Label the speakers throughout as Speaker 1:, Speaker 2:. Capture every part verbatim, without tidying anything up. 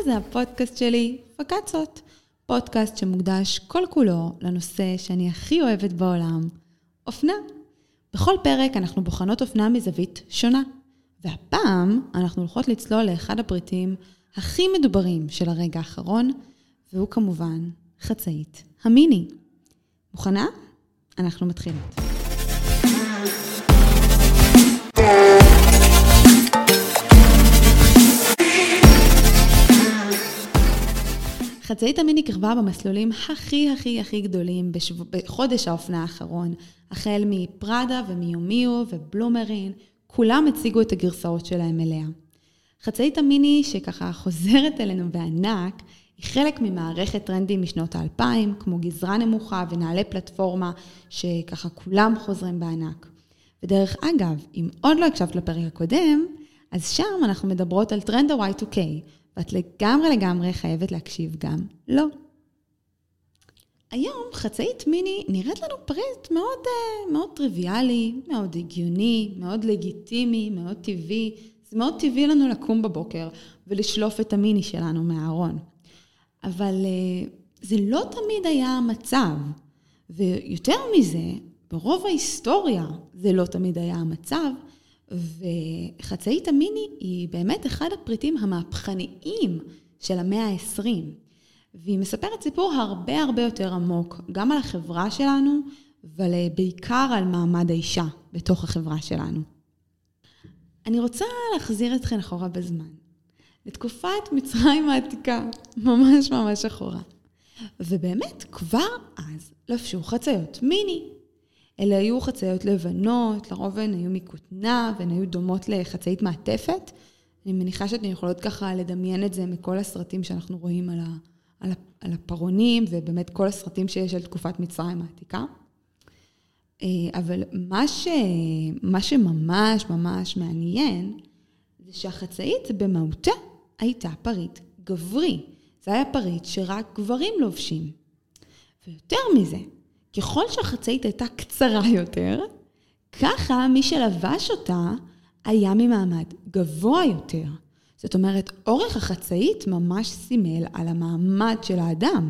Speaker 1: זה הפודקאסט שלי, פקצות. פודקאסט שמוקדש כל כולו לנושא שאני הכי אוהבת בעולם, אופנה. בכל פרק אנחנו בוחנות אופנה מזווית שונה. והפעם אנחנו הולכות לצלול לאחד הפריטים הכי מדוברים של הרגע האחרון, והוא כמובן חצאית המיני. מוכנה? אנחנו מתחילות. חצאית המיני קרבה במסלולים הכי הכי הכי גדולים בשב... בחודש האופנה האחרון, החל מפרדה ומיומיו ובלומרין, כולם הציגו את הגרסאות שלהם אליה. חצאית המיני שככה חוזרת אלינו בענק, היא חלק ממערכת טרנדים משנות האלפיים, כמו גזרה נמוכה ונעלי פלטפורמה שככה כולם חוזרים בענק. ודרך אגב, אם עוד לא הקשבת לפרק הקודם, אז שם אנחנו מדברות על טרנד ה-וואי טו קיי, ואת לגמרי לגמרי חייבת להקשיב גם לא. היום חצאית מיני נראית לנו פריט מאוד, מאוד טריוויאלי, מאוד הגיוני, מאוד לגיטימי, מאוד טבעי. זה מאוד טבעי לנו לקום בבוקר ולשלוף את המיני שלנו מהארון. אבל זה לא תמיד היה המצב. ויותר מזה, ברוב ההיסטוריה זה לא תמיד היה המצב, וחצאית המיני היא באמת אחד הפריטים המהפכניים של המאה ה-עשרים. והיא מספרת סיפור הרבה הרבה יותר עמוק, גם על החברה שלנו, אבל בעיקר על מעמד האישה בתוך החברה שלנו. אני רוצה להחזיר אתכן אחורה בזמן, לתקופת מצרים העתיקה, ממש ממש אחורה. ובאמת כבר אז לבשו חצאיות מיני. אלה היו חצאיות לבנות, לרוב הן היו מכותנה, והן היו דומות לחצאית מעטפת. אני מניחה שאתן יכולות ככה לדמיין את זה מכל הסרטים שאנחנו רואים על, ה, על, ה, על הפרונים, ובאמת כל הסרטים שיש על תקופת מצרים העתיקה. אבל מה, ש, מה שממש ממש מעניין, זה שהחצאית במהותה הייתה פריט גברי. זה היה פריט שרק גברים לובשים. ויותר מזה, ככל שהחצאית הייתה קצרה יותר, ככה מי שלבש אותה היה ממעמד גבוה יותר. זאת אומרת, אורך החצאית ממש סימל על המעמד של האדם.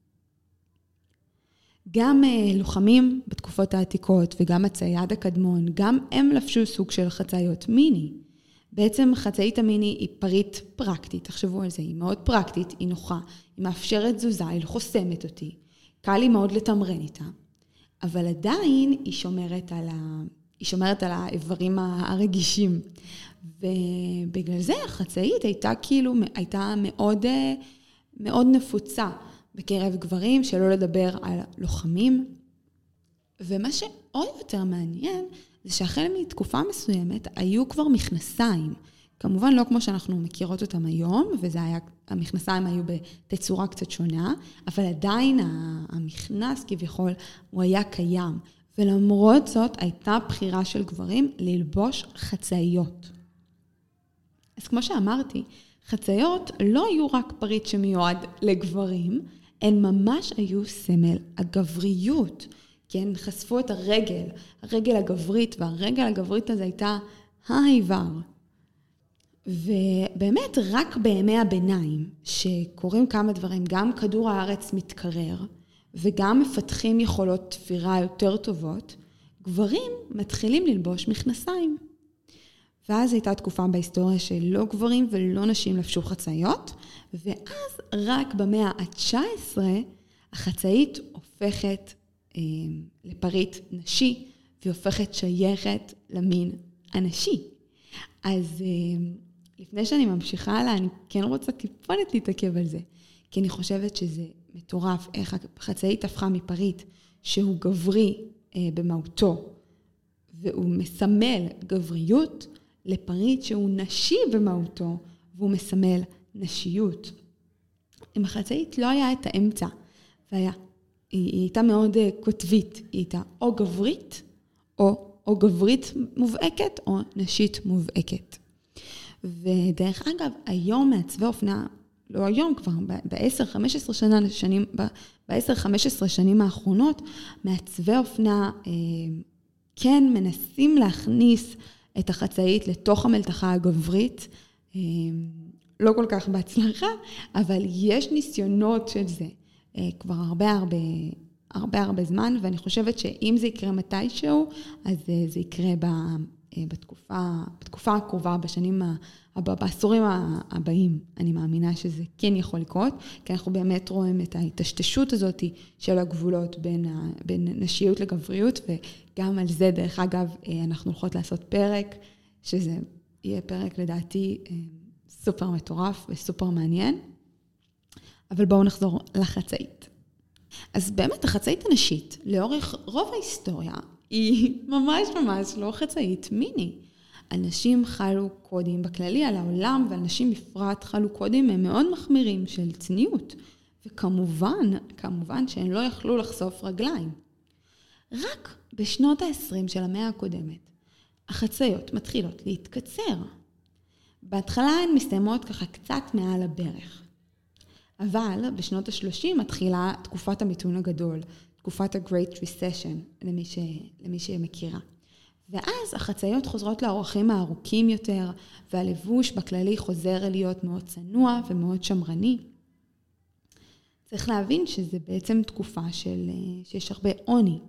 Speaker 1: גם לוחמים בתקופות העתיקות וגם הצייד הקדמון, גם הם לבשו סוג של חצאיות מיני. בעצם חצאית המיני היא פריט פרקטית, תחשבו על זה, היא מאוד פרקטית, היא נוחה, היא מאפשרת תזוזה, היא לא חוסמת אותי. קל לי מאוד לתמרן איתה, אבל עדיין היא שומרת על, ה... היא שומרת על האיברים הרגישים. ובגלל זה החצאית הייתה כאילו, הייתה מאוד, מאוד נפוצה בקרב גברים, שלא לדבר על לוחמים. ומה שעוד יותר מעניין, זה שהחל מתקופה מסוימת היו כבר מכנסיים. כמובן לא כמו שאנחנו מכירות אותם היום, וזה היה, המכנסיים היו בתצורה קצת שונה, אבל עדיין המכנס כביכול הוא היה קיים. ולמרות זאת הייתה בחירה של גברים ללבוש חצאיות. אז כמו שאמרתי, חצאיות לא היו רק פריט שמיועד לגברים, הן ממש היו סמל הגבריות. כי הן חשפו את הרגל, הרגל הגברית, והרגל הגברית הזה הייתה האיבר. ובאמת רק בימי הביניים, שקורים כמה דברים, גם כדור הארץ מתקרר, וגם מפתחים יכולות תפירה יותר טובות, גברים מתחילים ללבוש מכנסיים. ואז הייתה תקופה בהיסטוריה שלא גברים ולא נשים לבשו חצאיות, ואז רק במאה ה-תשע עשרה החצאית הופכת אה, לפריט נשי, והיא הופכת שייכת למין הנשי. אז אה, לפני שאני ממשיכה הלאה, אני כן רוצה טיפונת להתעכב על זה, כי אני חושבת שזה מטורף איך החצאית הפכה מפריט שהוא גברי אה, במהותו, והוא מסמל גבריות, לפריט שהוא נשי במהותו, והוא מסמל נשיות. עם החצאית לא היה את האמצע, והיה, היא, היא הייתה מאוד uh, כותבית, היא הייתה או גברית, או, או גברית מובהקת, או נשית מובהקת. ודרך אגב, היום מעצבי אופנה, לא היום כבר, ב-עשר חמש עשרה שנה, שנים, ב-עשר חמש עשרה שנים האחרונות, מעצבי אופנה אה, כן מנסים להכניס את החצאית לתוך המלתחה הגברית, לא כל כך בהצלחה, אבל יש ניסיונות של זה כבר הרבה הרבה, הרבה הרבה זמן, ואני חושבת שאם זה יקרה מתישהו, אז זה יקרה בתקופה, בתקופה הקרובה, בשנים, בעשורים הבאים. אני מאמינה שזה כן יכול לקרות, כי אנחנו באמת רואים את ההתשתשות הזאת של הגבולות בין, בין נשיות לגבריות, וגם על זה, דרך אגב, אנחנו הולכות לעשות פרק, שזה יהיה פרק לדעתי סופר מטורף וסופר מעניין. אבל בואו נחזור לחצאית. אז באמת החצאית הנשית, לאורך רוב ההיסטוריה, היא ממש ממש לא חצאית מיני. אנשים חלו קודים בכללי על העולם, ואנשים בפרט חלו קודים הם מאוד מחמירים של צניעות. וכמובן, כמובן שהן לא יכלו לחשוף רגליים. רק בשנות ה-עשרים של המאה הקודמת, החצאיות מתחילות להתקצר. בהתחלה הן מסתיימות ככה קצת מעל הברך. אבל בשנות ה-שלושים מתחילה תקופת המיתון הגדול, תקופת ה-Great Recession, למי, ש... למי שמכירה. ואז החצאיות חוזרות לאורחים הארוכים יותר, והלבוש בכללי חוזר להיות מאוד צנוע ומאוד שמרני. צריך להבין שזה בעצם תקופה של... שיש הרבה עוני.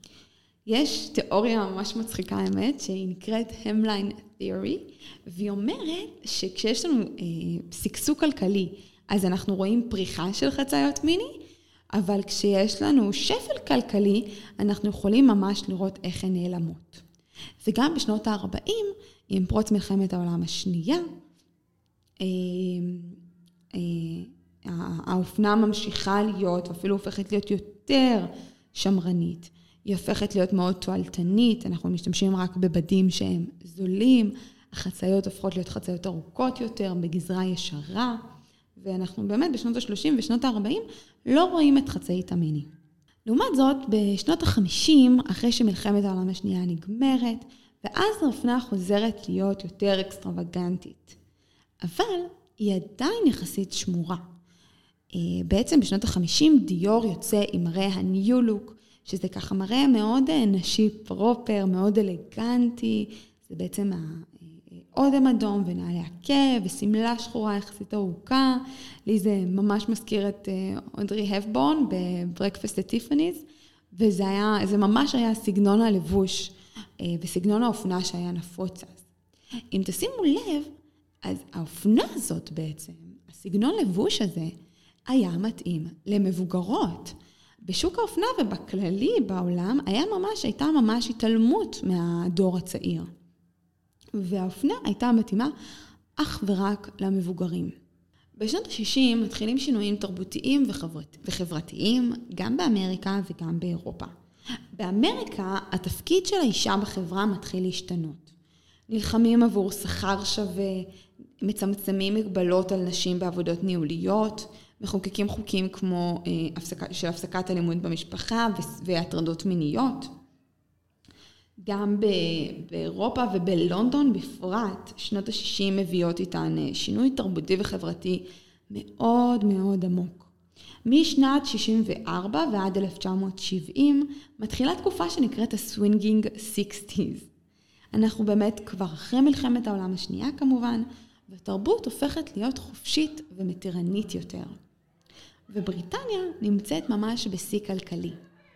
Speaker 1: יש תיאוריה ממש מצחיקה האמת, שהיא נקראת Hemline Theory, והיא אומרת שכשיש לנו אה, סכסוך כלכלי, אז אנחנו רואים פריחה של חצאיות מיני, אבל כשיש לנו שפל כלכלי, אנחנו יכולים ממש לראות איך הן נעלמות. וגם בשנות ה-ארבעים, עם פרוץ מלחמת העולם השנייה, אה, אה, האופנה ממשיכה להיות, ואפילו הופכת להיות יותר שמרנית. היא הופכת להיות מאוד תועלתנית, אנחנו משתמשים רק בבדים שהם זולים, החצאיות הופכות להיות חצאיות ארוכות יותר, בגזרה ישרה, ואנחנו באמת בשנות ה-שלושים ושנות ה-ארבעים לא רואים את חצאית המיני. לעומת זאת, בשנות ה-חמישים, אחרי שמלחמת העולם השנייה נגמרת, ואז האופנה חוזרת להיות יותר אקסטרווגנטית. אבל היא עדיין יחסית שמורה. בעצם בשנות ה-חמישים דיור יוצא עם מראה הניו לוק, שזה ככה מראה מאוד נשי פרופר, מאוד אלגנטי, זה בעצם אודם אדום ונעלי עקב וסמלה שחורה יחסית ארוכה, לי זה ממש מזכיר את אודרי הפבורן בברקפסט את טיפאניז, וזה היה, זה ממש היה סגנון הלבוש וסגנון האופנה שהיה נפוץ אז. אם תשימו לב, אז האופנה הזאת בעצם, הסגנון לבוש הזה, היה מתאים למבוגרות. בשוק האופנה ובכללי בעולם היה ממש, הייתה ממש התעלמות מהדור הצעיר. והאופנה הייתה מתאימה אך ורק למבוגרים. בשנות ה-שישים מתחילים שינויים תרבותיים וחברת, וחברתיים, גם באמריקה וגם באירופה. באמריקה התפקיד של האישה בחברה מתחיל להשתנות. נלחמים עבור שכר שווה, מצמצמים מגבלות על נשים בעבודות ניהוליות, מחוקקים חוקים כמו אה, הפסקה, של הפסקת אלימות במשפחה והטרדות מיניות. גם באירופה ובלונדון בפרט, שנות ה-שישים מביאות איתן שינוי תרבותי וחברתי מאוד מאוד עמוק. משנת שישים וארבע ועד אלף תשע מאות שבעים מתחילה תקופה שנקראת הסווינגינג סיקסטיז. אנחנו באמת כבר אחרי מלחמת העולם השנייה כמובן, והתרבות הופכת להיות חופשית ומתירנית יותר. ובריטניה נמצאת ממש בשיא כלכלי.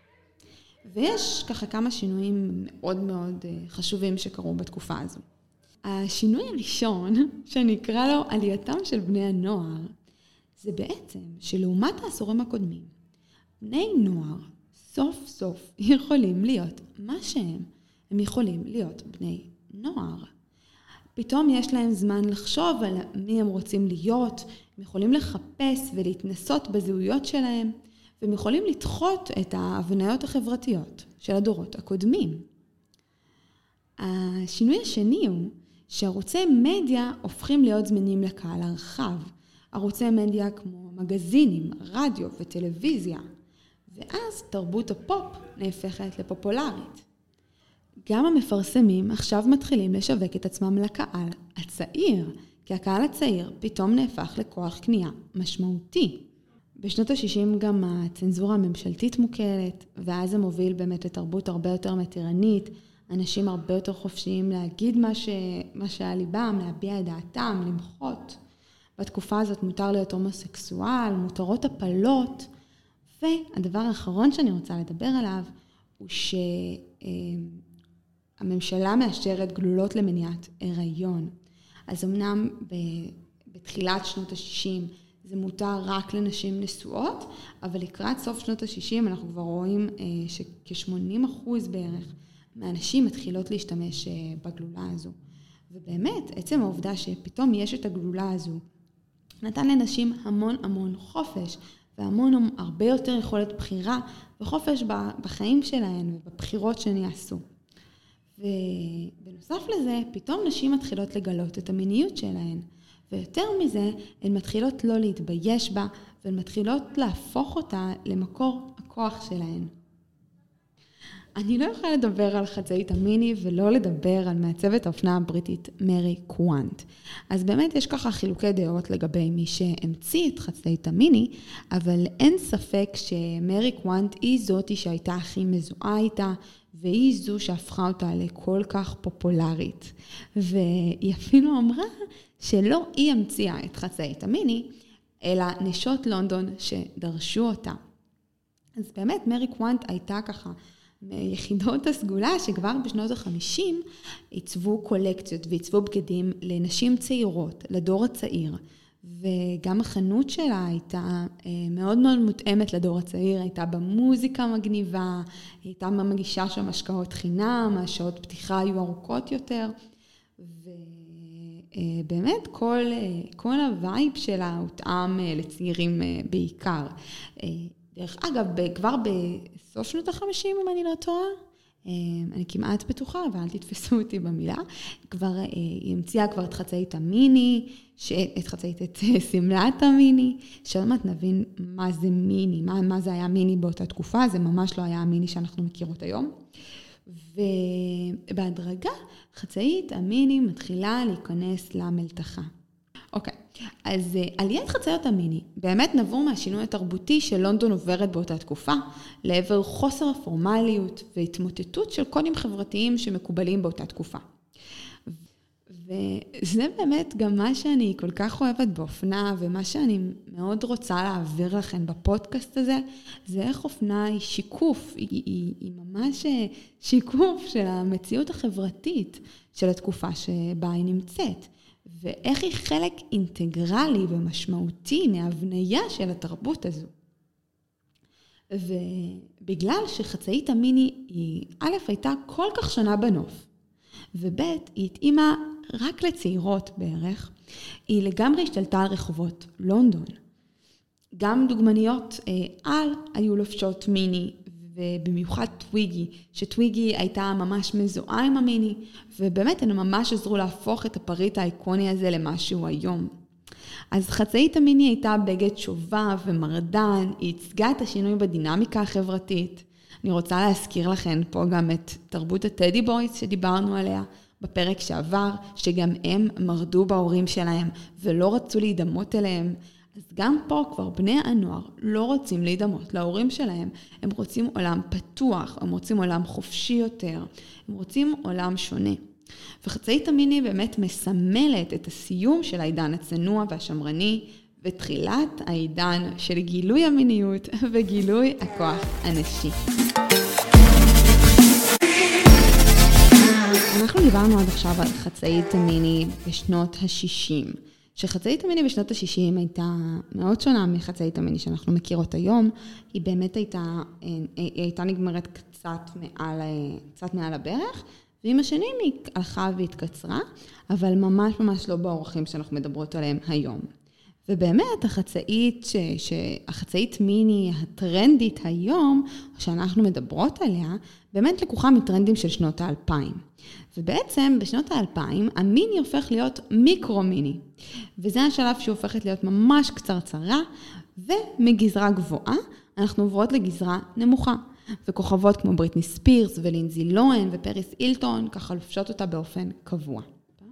Speaker 1: ויש ככה כמה שינויים מאוד מאוד חשובים שקרו בתקופה הזו. השינוי הראשון, שנקרא לו עלייתם של בני הנוער, זה בעצם שלעומת העשורים הקודמים, בני נוער סוף סוף יכולים להיות מה שהם, הם יכולים להיות בני נוער. פתאום יש להם זמן לחשוב על מי הם רוצים להיות, הם יכולים לחפש ולהתנסות בזהויות שלהם, והם יכולים לדחות את ההבניות החברתיות של הדורות הקודמים. השינוי השני הוא שערוצי מדיה הופכים להיות זמינים לקהל הרחב. ערוצי מדיה כמו מגזינים, רדיו וטלוויזיה, ואז תרבות הפופ נהפכת לפופולרית. גם המפרסמים עכשיו מתחילים לשווק את עצמם לקהל הצעיר, כי הקהל הצעיר פתאום נהפך לכוח קנייה משמעותי. בשנות ה-שישים גם הצנזורה הממשלתית מוקלת, ואז זה מוביל באמת לתרבות הרבה יותר מתירנית, אנשים הרבה יותר חופשיים להגיד מה, ש... מה שעל ליבם, להביע את דעתם, למחות. בתקופה הזאת מותר להיות הומוסקסואל, מותרות הפלות, והדבר האחרון שאני רוצה לדבר עליו, הוא שהממשלה מאשרת גלולות למניעת הריון. אז אמנם בתחילת שנות ה-שישים זה מותר רק לנשים נשואות, אבל לקראת סוף שנות ה-שישים אנחנו כבר רואים שכ-שמונים אחוז בערך מהנשים מתחילות להשתמש בגלולה הזו. ובאמת, עצם העובדה שפתאום יש את הגלולה הזו, נתן לנשים המון המון חופש, והמון הרבה יותר יכולת בחירה וחופש בחיים שלהן ובבחירות שהן יעשו. ובנוסף לזה, פתאום נשים מתחילות לגלות את המיניות שלהן. ויותר מזה, הן מתחילות לא להתבייש בה, והן מתחילות להפוך אותה למקור הכוח שלהן. אני לא יכולה לדבר על חצאית המיני ולא לדבר על מעצבת האופנה הבריטית מרי קוואנט. אז באמת יש ככה חילוקי דעות לגבי מי שהמציא את חצאית המיני, אבל אין ספק שמרי קוואנט היא זאתי שהייתה הכי מזוהה איתה, והיא זו שהפכה אותה לכל כך פופולרית. והיא אפילו אמרה שלא היא המציאה את חצאית המיני, אלא נשות לונדון שדרשו אותה. אז באמת מרי קוואנט הייתה ככה מיחידות הסגולה שכבר בשנות ה-חמישים עיצבו קולקציות ועיצבו בגדים לנשים צעירות, לדור הצעיר. וגם החנות שלה הייתה מאוד מאוד מותאמת לדור הצעיר, הייתה במוזיקה מגניבה, הייתה מגישה שם השקעות חינם, השעות פתיחה היו ארוכות יותר, ובאמת כל, כל הווייב שלה הותאם לצעירים בעיקר. דרך אגב, כבר בסוף שנות ה-חמישים, אם אני לא טועה, אני כמעט בטוחה, אבל אל תתפסו אותי במילה, כבר, היא המציאה כבר את חצאית המיני, את חצאית את סמלת המיני, שעוד מעט נבין מה זה מיני, מה, מה זה היה מיני באותה תקופה, זה ממש לא היה המיני שאנחנו מכירות היום. ובהדרגה, חצאית המיני מתחילה להיכנס למלתחה. אוקיי, אז עליית חצאיות המיני באמת נבעו מהשינוי התרבותי של לונדון עוברת באותה תקופה, לעבר חוסר הפורמליות והתמוטטות של קודים חברתיים שמקובלים באותה תקופה. וזה באמת גם מה שאני כל כך אוהבת באופנה, ומה שאני מאוד רוצה להעביר לכם בפודקאסט הזה, זה איך אופנה היא שיקוף, היא, היא, היא ממש שיקוף של המציאות החברתית של התקופה שבה היא נמצאת. ואיך היא חלק אינטגרלי ומשמעותי מהבניה של התרבות הזו. ובגלל שחצאית המיני היא, א', הייתה כל כך שונה בנוף, וב', היא התאימה רק לצעירות בערך, היא לגמרי השתלטה על רחובות לונדון. גם דוגמניות על היו לובשות מיני, ובמיוחד טוויגי, שטוויגי הייתה ממש מזוהה עם המיני, ובאמת הם ממש עזרו להפוך את הפריט האיקוני הזה למשהו היום. אז חצאית המיני הייתה בגד שובב ומרדן, היא הצגה את השינוי בדינמיקה החברתית. אני רוצה להזכיר לכם פה גם את תרבות הטדי בויז שדיברנו עליה בפרק שעבר, שגם הם מרדו בהורים שלהם ולא רצו להידמות אליהם. אז גם פה כבר בני הנוער לא רוצים להידמות להורים שלהם. הם רוצים עולם פתוח, הם רוצים עולם חופשי יותר, הם רוצים עולם שונה. וחצאית המיני באמת מסמלת את הסיום של העידן הצנוע והשמרני, ותחילת העידן של גילוי המיניות וגילוי הכוח הנשי. אנחנו דיברנו עד עכשיו על חצאית המיני בשנות ה-שישים. שחצאית המיני בשנות ה-שישים הייתה מאוד שונה מחצאית המיני שאנחנו מכירות היום. היא באמת הייתה, היא הייתה נגמרת קצת מעל, קצת מעל הברך, ועם השנים היא הלכה והתקצרה, אבל ממש ממש לא באורחים שאנחנו מדברות עליהם היום. ובאמת החצאית, ש, שהחצאית מיני הטרנדית היום, שאנחנו מדברות עליה, באמת לקוחה מטרנדים של שנות האלפיים. ובעצם בשנות האלפיים המיני הופך להיות מיקרו מיני. וזה השלב שהופכת להיות ממש קצרצרה, ומגזרה גבוהה אנחנו עוברות לגזרה נמוכה. וכוכבות כמו בריטני ספירס ולינזי לוהן ופריס אילטון, ככה לובשות אותה באופן קבוע.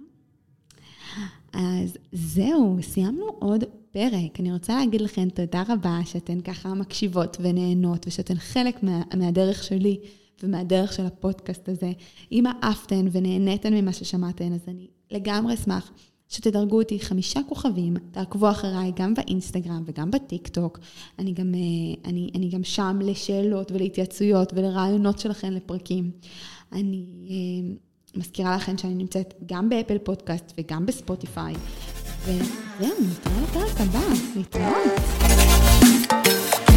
Speaker 1: אז זהו, סיימנו עוד פרק. אני רוצה להגיד לכם תודה רבה שאתן ככה מקשיבות ונהנות, ושאתן חלק מה, מהדרך שלי ומהדרך של הפודקאסט הזה. אם אהבתן ונהנתן ממה ששמעתן, אז אני לגמרי אשמח שתדרגו אותי חמישה כוכבים, תעקבו אחריי גם באינסטגרם וגם בטיק טוק. אני גם, אני, אני גם שם לשאלות ולהתייעצויות ולרעיונות שלכם לפרקים. אני מזכירה לכם שאני נמצאת גם באפל פודקאסט וגם בספוטיפיי. וזהו, נתראה לפרק הבא. להתראות.